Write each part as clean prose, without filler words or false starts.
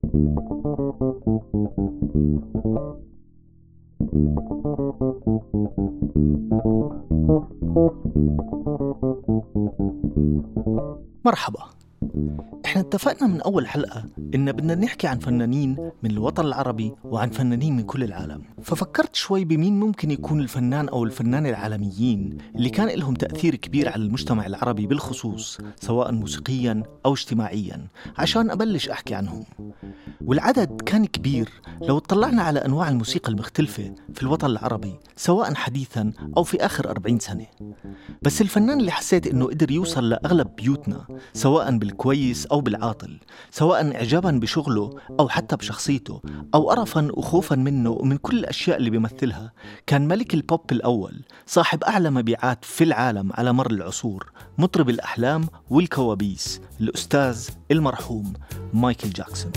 مرحبا. احنا اتفقنا من أول حلقة إن بدنا نحكي عن فنانين من الوطن العربي وعن فنانين من كل العالم، ففكرت شوي بمين ممكن يكون الفنان أو الفنانة العالميين اللي كان لهم تأثير كبير على المجتمع العربي بالخصوص، سواء موسيقياً أو اجتماعياً، عشان أبلش أحكي عنهم. والعدد كان كبير لو اطلعنا على أنواع الموسيقى المختلفة في الوطن العربي، سواء حديثاً أو في آخر 40 سنة. بس الفنان اللي حسيت إنه قدر يوصل لأغلب بيوتنا، سواء بالكويس أو بالعاطل، سواء إعجاباً بشغله أو حتى بشخصيته، أو قرفاً وخوفاً منه ومن كل الأشياء اللي بيمثلها، كان ملك البوب الأول، صاحب أعلى مبيعات في العالم على مر العصور، مطرب الأحلام والكوابيس، الأستاذ المرحوم مايكل جاكسون.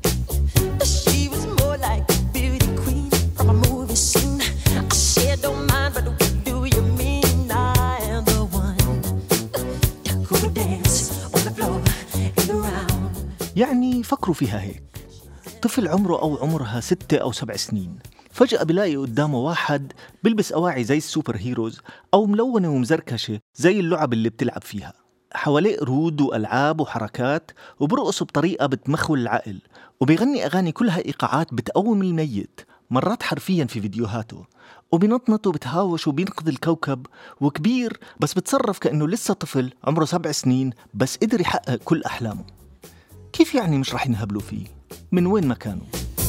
يعني فكروا فيها هيك، طفل عمره أو عمرها 6 أو 7 سنين فجأة بلاقي قدامه واحد بلبس أواعي زي السوبر هيروز أو ملونة ومزركشة زي اللعب اللي بتلعب فيها، حواليه قرود وألعاب وحركات، وبرقص بطريقة بتمخول العقل، وبيغني أغاني كلها إيقاعات بتقوم الميت، مرات حرفيا في فيديوهاته، وبنطنط وبتهاوش وبينقذ الكوكب، وكبير بس بتصرف كأنه لسه طفل عمره 7 سنين بس قدر يحقق كل أحلامه. كيف يعني مش رح ينهبلوا فيه؟ من وين ما كانوا؟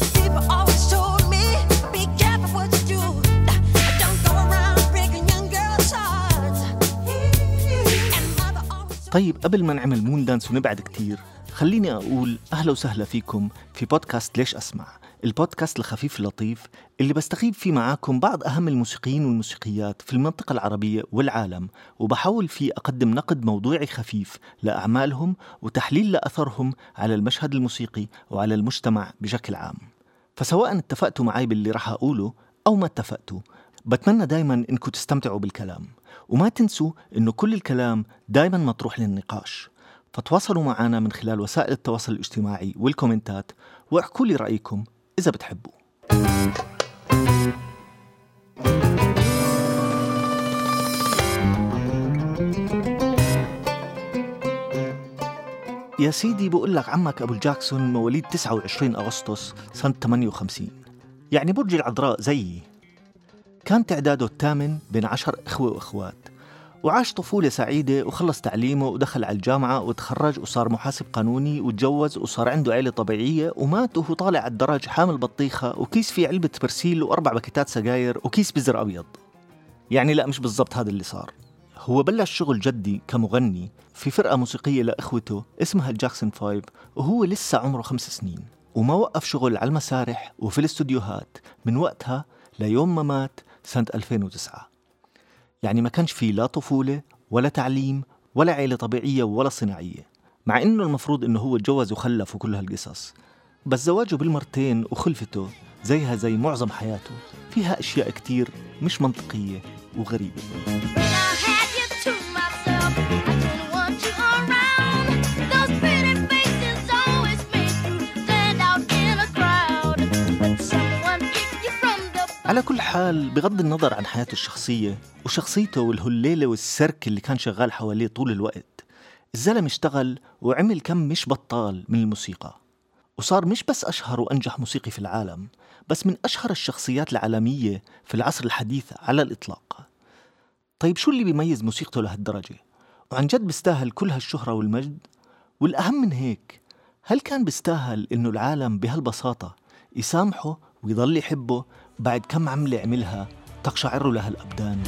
طيب قبل ما نعمل مون دانس ونبعد كتير، خليني أقول أهلا وسهلا فيكم في بودكاست ليش أسمع، البودكاست الخفيف اللطيف اللي بستغيب فيه معاكم بعض أهم الموسيقيين والموسيقيات في المنطقة العربية والعالم، وبحاول فيه أقدم نقد موضوعي خفيف لأعمالهم وتحليل لأثرهم على المشهد الموسيقي وعلى المجتمع بشكل عام. فسواء اتفقتوا معي باللي رح أقوله أو ما اتفقتوا، بتمنى دايما إنكم تستمتعوا بالكلام، وما تنسوا إنه كل الكلام دايما مطروح للنقاش. فتواصلوا معنا من خلال وسائل التواصل الاجتماعي والكومنتات، واحكوا لي رأيكم إذا بتحبوا. يا سيدي، بقول لك عمك أبو جاكسون مواليد 29 أغسطس سنة 58، يعني برج العذراء زيي. كان تعداده الثامن بين 10 إخوة وإخوات، وعاش طفولة سعيدة وخلص تعليمه ودخل على الجامعة وتخرج وصار محاسب قانوني وتجوز وصار عنده عيلة طبيعية، ومات وهو طالع على الدرج حامل بطيخة وكيس فيه علبة برسيل و4 باكيتات سجاير وكيس بزر أبيض. يعني لا، مش بالضبط هذا اللي صار. هو بلش شغل جدي كمغني في فرقة موسيقية لإخوته اسمها الجاكسون 5 وهو لسه عمره 5 سنين، وما وقف شغل على المسارح وفي الاستوديوهات من وقتها ليوم ما مات سنة 2009. يعني ما كانش فيه لا طفولة ولا تعليم ولا عيلة طبيعية ولا صناعية، مع إنه المفروض إنه هو اتجوز وخلف وكل هالقصص. بس زواجه بالمرتين وخلفته زيها زي معظم حياته، فيها أشياء كتير مش منطقية وغريبة. على كل حال، بغض النظر عن حياته الشخصية وشخصيته والهليلة والسرك اللي كان شغال حواليه طول الوقت، الزلم اشتغل وعمل كم مش بطال من الموسيقى، وصار مش بس أشهر وأنجح موسيقي في العالم، بس من أشهر الشخصيات العالمية في العصر الحديث على الإطلاق. طيب شو اللي بيميز موسيقته لهالدرجة؟ وعن جد بيستاهل كل هالشهرة والمجد؟ والأهم من هيك، هل كان بيستاهل إنه العالم بهالبساطة يسامحه ويضل يحبه بعد كم عملة عملها تقشعر لها الأبدان؟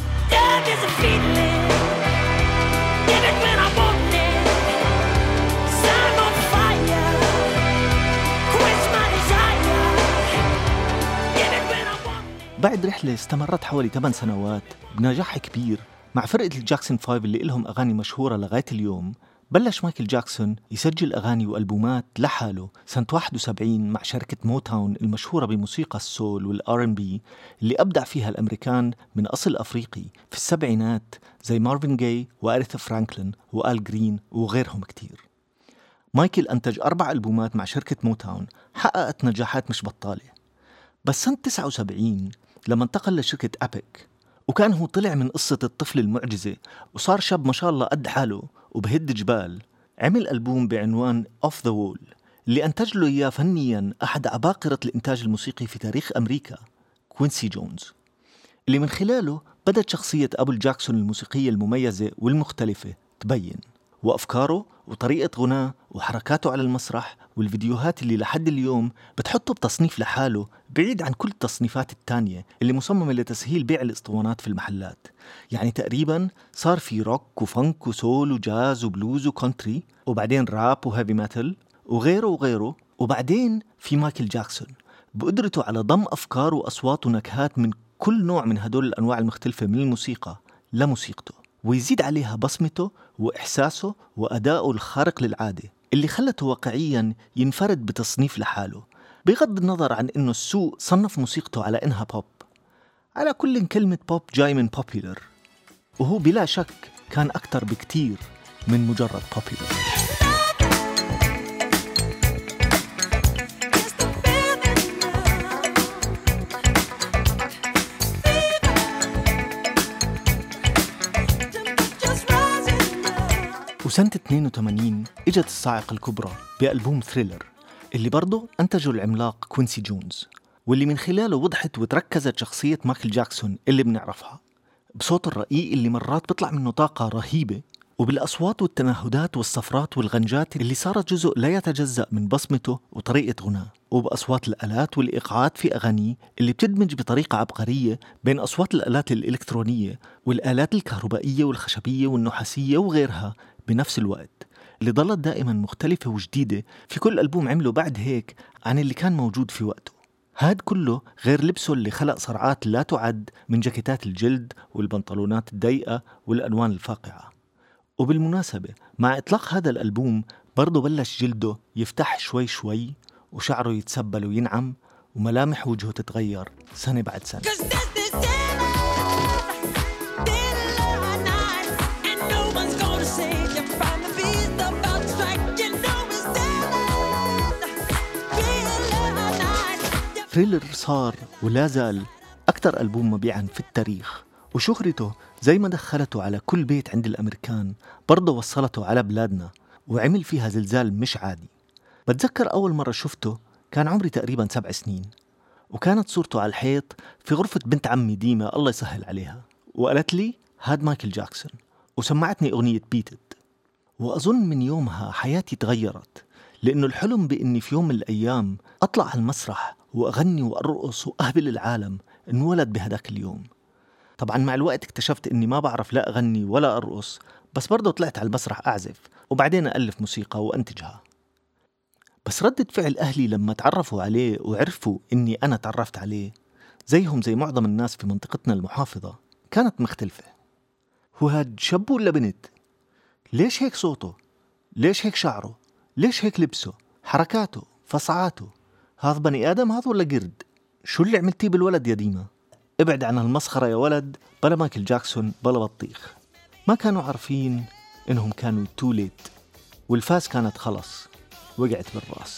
بعد رحلة استمرت حوالي 8 سنوات بنجاح كبير مع فرقة الجاكسون 5 اللي إلهم أغاني مشهورة لغاية اليوم، بلش مايكل جاكسون يسجل أغاني وألبومات لحاله سنة 71 مع شركة موتاون المشهورة بموسيقى السول والR&B اللي أبدع فيها الأمريكان من أصل أفريقي في السبعينات زي مارفن جاي وأريثا فرانكلين وآل جرين وغيرهم كتير. مايكل أنتج 4 ألبومات مع شركة موتاون حققت نجاحات مش بطالة. بس سنة 79 لما انتقل لشركة أبيك، وكان هو طلع من قصة الطفل المعجزة وصار شاب ما شاء الله قد حاله وبهد جبال، عمل ألبوم بعنوان Off the Wall اللي أنتج له إياه فنياً أحد عباقرة الإنتاج الموسيقي في تاريخ أمريكا، كوينسي جونز، اللي من خلاله بدت شخصية أبو جاكسون الموسيقية المميزة والمختلفة تبين، وأفكاره وطريقة غناه وحركاته على المسرح والفيديوهات اللي لحد اليوم بتحطه بتصنيف لحاله بعيد عن كل التصنيفات التانية اللي مصممة لتسهيل بيع الاسطوانات في المحلات. يعني تقريبا صار في روك وفنك وسول وجاز وبلوز وكونتري، وبعدين راب وهيفي ميتال وغيره وغيره، وبعدين في مايكل جاكسون بقدرته على ضم أفكار وأصوات ونكهات من كل نوع من هدول الأنواع المختلفة من الموسيقى لموسيقته، ويزيد عليها بصمته وإحساسه وأداؤه الخارق للعادة اللي خلته واقعياً ينفرد بتصنيف لحاله، بغض النظر عن إنه السوق صنف موسيقته على إنها بوب. على كل كلمة بوب جاي من popular، وهو بلا شك كان أكتر بكتير من مجرد popular. وسنة 82 إجت الصاعقة الكبرى بألبوم ثريلر اللي برضه أنتجه العملاق كوينسي جونز، واللي من خلاله وضحت وتركزت شخصية مايكل جاكسون اللي بنعرفها بصوت الرقيق اللي مرات بيطلع منه طاقة رهيبة، وبالأصوات والتنهدات والصفرات والغنجات اللي صارت جزء لا يتجزأ من بصمته وطريقة غناه، وبأصوات الآلات والإيقاعات في أغانيه اللي بتدمج بطريقة عبقرية بين أصوات الآلات الإلكترونية والآلات الكهربائية والخشبية والنحاسية وغيرها بنفس الوقت، اللي ضلت دائما مختلفة وجديدة في كل ألبوم عمله بعد هيك عن اللي كان موجود في وقته. هاد كله غير لبسه اللي خلق صرعات لا تعد من جاكيتات الجلد والبنطلونات الضيقة والألوان الفاقعة. وبالمناسبة مع إطلاق هذا الألبوم برضو بلش جلده يفتح شوي شوي وشعره يتسبل وينعم وملامح وجهه تتغير سنة بعد سنة. ثريلر صار ولا زال أكثر ألبوم مبيعاً في التاريخ، وشهرته زي ما دخلته على كل بيت عند الأمريكان برضه وصلته على بلادنا وعمل فيها زلزال مش عادي. بتذكر أول مرة شفته كان عمري تقريباً 7 سنين، وكانت صورته على الحيط في غرفة بنت عمي ديما الله يسهل عليها، وقالت لي هاد مايكل جاكسون، وسمعتني أغنية بيتت. وأظن من يومها حياتي تغيرت، لأنه الحلم بإني في يوم من الأيام أطلع على المسرح وأغني وأرقص وأهبل العالم انولد بهداك اليوم. طبعا مع الوقت اكتشفت إني ما بعرف لا أغني ولا أرقص، بس برضو طلعت على المسرح أعزف وبعدين ألف موسيقى وأنتجها. بس ردة فعل أهلي لما تعرفوا عليه وعرفوا إني أنا تعرفت عليه زيهم زي معظم الناس في منطقتنا المحافظة كانت مختلفة. هو هاد شاب ولا بنت؟ ليش هيك صوته؟ ليش هيك شعره؟ ليش هيك لبسه؟ حركاته؟ فصعاته؟ هذا بني آدم هذا ولا قرد؟ شو اللي عملتيه بالولد يا ديما؟ ابعد عن هالمسخرة يا ولد، بلا مايكل جاكسون بلا بطيخ. ما كانوا عارفين إنهم كانوا تو ليت، والفاس كانت خلص وقعت بالراس.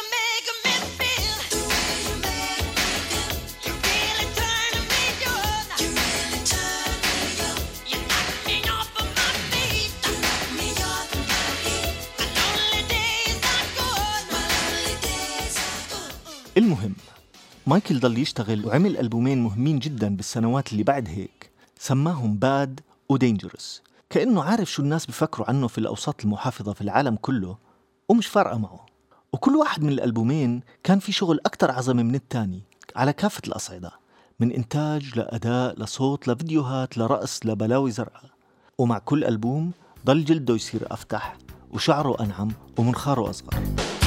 المهم مايكل ضل يشتغل وعمل ألبومين مهمين جدا بالسنوات اللي بعد هيك، سماهم باد ودينجرس، كأنه عارف شو الناس بفكروا عنه في الأوساط المحافظة في العالم كله ومش فارقة معه. وكل واحد من الألبومين كان في شغل أكتر عظمة من التاني على كافة الأصعدة، من إنتاج لأداء لصوت لفيديوهات لرقص لبلاوي زرقاء. ومع كل ألبوم ضل جلده يصير أفتح وشعره أنعم ومنخاره أصغر.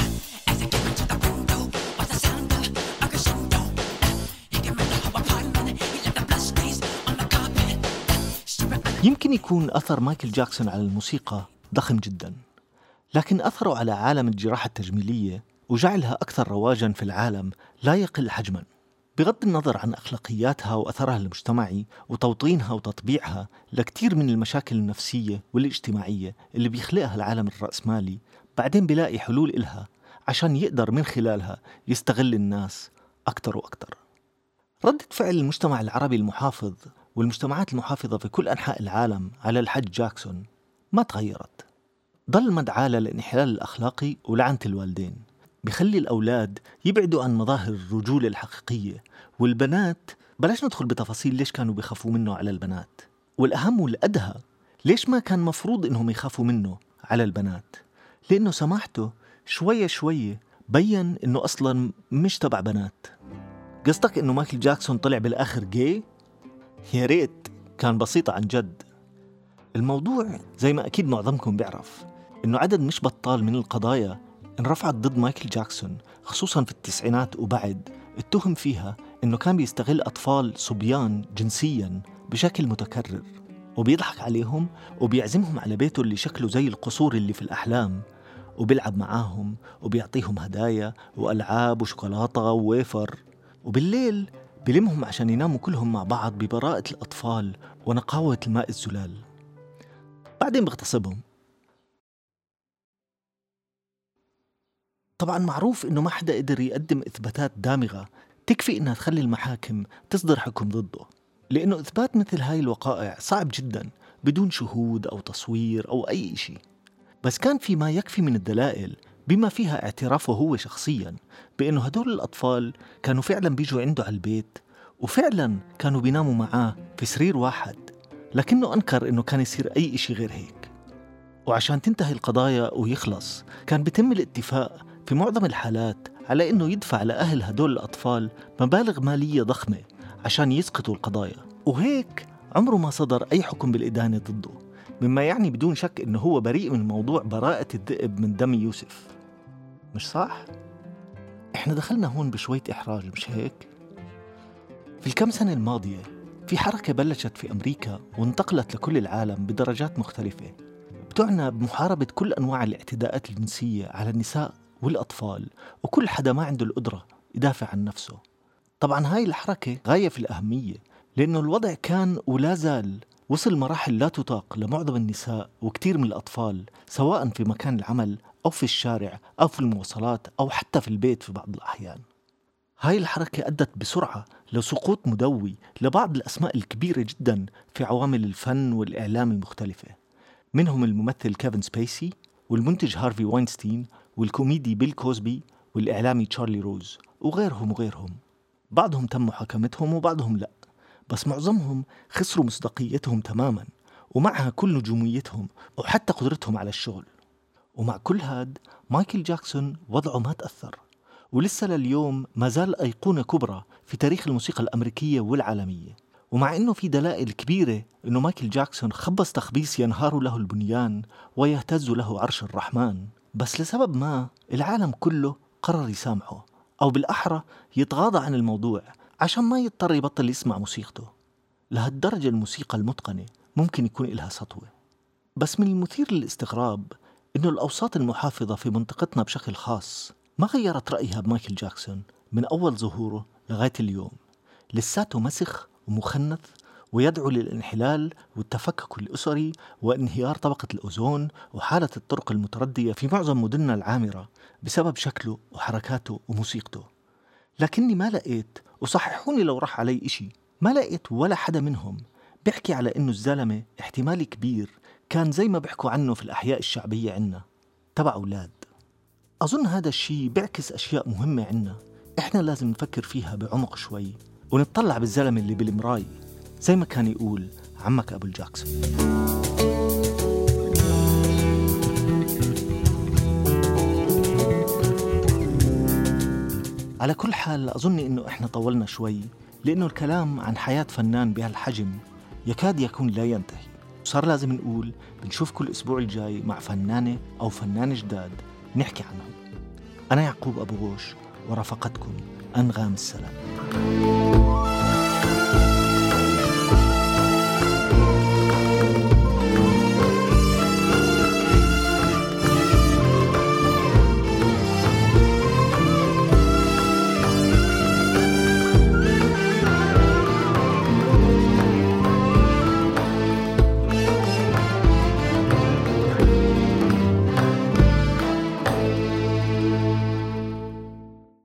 يمكن يكون أثر مايكل جاكسون على الموسيقى ضخم جدا، لكن أثره على عالم الجراحة التجميلية وجعلها أكثر رواجا في العالم لا يقل حجما، بغض النظر عن أخلاقياتها وأثرها المجتمعي وتوطينها وتطبيعها لكثير من المشاكل النفسية والاجتماعية اللي بيخلقها العالم الرأسمالي بعدين بيلاقي حلول إلها عشان يقدر من خلالها يستغل الناس أكتر وأكتر. ردة فعل المجتمع العربي المحافظ والمجتمعات المحافظة في كل أنحاء العالم على الحج جاكسون ما تغيرت. ضل مدعاة للانحلال الأخلاقي ولعنة الوالدين، بيخلي الأولاد يبعدوا عن مظاهر الرجولة الحقيقية، والبنات بلاش ندخل بتفاصيل ليش كانوا بيخافوا منه على البنات، والأهم والأدهى ليش ما كان مفروض إنهم يخافوا منه على البنات، لأنه سماحته شوية شوية بيّن إنه أصلاً مش تبع بنات. قصدك إنه مايكل جاكسون طلع بالآخر جاي؟ يا ريت كان بسيطة عن جد. الموضوع زي ما أكيد معظمكم بيعرف إنه عدد مش بطال من القضايا انرفعت ضد مايكل جاكسون، خصوصاً في التسعينات وبعد، اتهم فيها إنه كان بيستغل أطفال صبيان جنسياً بشكل متكرر، وبيضحك عليهم وبيعزمهم على بيته اللي شكله زي القصور اللي في الأحلام، وبيلعب معاهم وبيعطيهم هدايا وألعاب وشوكولاتة وويفر، وبالليل بلمهم عشان يناموا كلهم مع بعض ببراءة الأطفال ونقاوة الماء الزلال، بعدين بيغتصبهم. طبعا معروف إنه ما حدا قدر يقدم إثباتات دامغة تكفي إنها تخلي المحاكم تصدر حكم ضده، لأنه إثبات مثل هاي الوقائع صعب جدا بدون شهود أو تصوير أو أي شيء. بس كان في ما يكفي من الدلائل، بما فيها اعترافه هو شخصيا بأنه هدول الأطفال كانوا فعلا بيجوا عنده على البيت، وفعلا كانوا بيناموا معاه في سرير واحد، لكنه أنكر أنه كان يصير أي إشي غير هيك. وعشان تنتهي القضايا ويخلص، كان بيتم الاتفاق في معظم الحالات على أنه يدفع لأهل هدول الأطفال مبالغ مالية ضخمة عشان يسقطوا القضايا، وهيك عمره ما صدر أي حكم بالإدانة ضده، مما يعني بدون شك أنه هو بريء من موضوع براءة الذئب من دم يوسف. مش صح؟ إحنا دخلنا هون بشوية إحراج، مش هيك؟ في الكم سنة الماضية في حركة بلشت في أمريكا وانتقلت لكل العالم بدرجات مختلفة، بتعنى بمحاربة كل أنواع الاعتداءات الجنسية على النساء والأطفال وكل حدا ما عنده القدرة يدافع عن نفسه. طبعا هاي الحركة غاية في الأهمية، لأنه الوضع كان ولا زال وصل مراحل لا تطاق لمعظم النساء وكتير من الأطفال، سواء في مكان العمل أو في الشارع أو في المواصلات أو حتى في البيت في بعض الأحيان. هاي الحركة أدت بسرعة لسقوط مدوي لبعض الأسماء الكبيرة جدا في عوامل الفن والإعلام المختلفة، منهم الممثل كيفن سبيسي والمنتج هارفي واينستين والكوميدي بيل كوزبي والإعلامي تشارلي روز وغيرهم. بعضهم تم محاكمتهم وبعضهم لا، بس معظمهم خسروا مصداقيتهم تماما، ومعها كل نجوميتهم وحتى قدرتهم على الشغل. ومع كل هاد مايكل جاكسون وضعه ما تأثر، ولسه لليوم ما زال أيقونة كبرى في تاريخ الموسيقى الأمريكية والعالمية. ومع أنه في دلائل كبيرة أنه مايكل جاكسون خبص تخبيص ينهار له البنيان ويهتز له عرش الرحمن، بس لسبب ما العالم كله قرر يسامحه، أو بالأحرى يتغاضى عن الموضوع عشان ما يضطر يبطل يسمع موسيقته. لهالدرجة الموسيقى المتقنة ممكن يكون إلها سطوة. بس من المثير للاستغراب إنه الأوساط المحافظة في منطقتنا بشكل خاص ما غيرت رأيها بمايكل جاكسون من أول ظهوره لغاية اليوم، لساته مسخ ومخنث ويدعو للانحلال والتفكك الأسري وانهيار طبقة الأوزون وحالة الطرق المتردية في معظم مدننا العامرة بسبب شكله وحركاته وموسيقته. لكني ما لقيت، وصححوني لو راح علي إشي، ما لقيت ولا حدا منهم بيحكي على إنه الزلمة احتمال كبير كان زي ما بيحكوا عنه في الأحياء الشعبية عنا تبع أولاد. أظن هذا الشيء بيعكس أشياء مهمة عنا إحنا لازم نفكر فيها بعمق شوي، ونطلع بالزلمة اللي بالمراي زي ما كان يقول عمك أبو الجاكسون. على كل حال أظن إنه إحنا طولنا شوي، لأنه الكلام عن حياة فنان بهالحجم يكاد يكون لا ينتهي، وصار لازم نقول بنشوفكم الأسبوع الجاي مع فنانة أو فنان جداد نحكي عنهم. أنا يعقوب أبو غوش ورافقتكم أنغام السلام.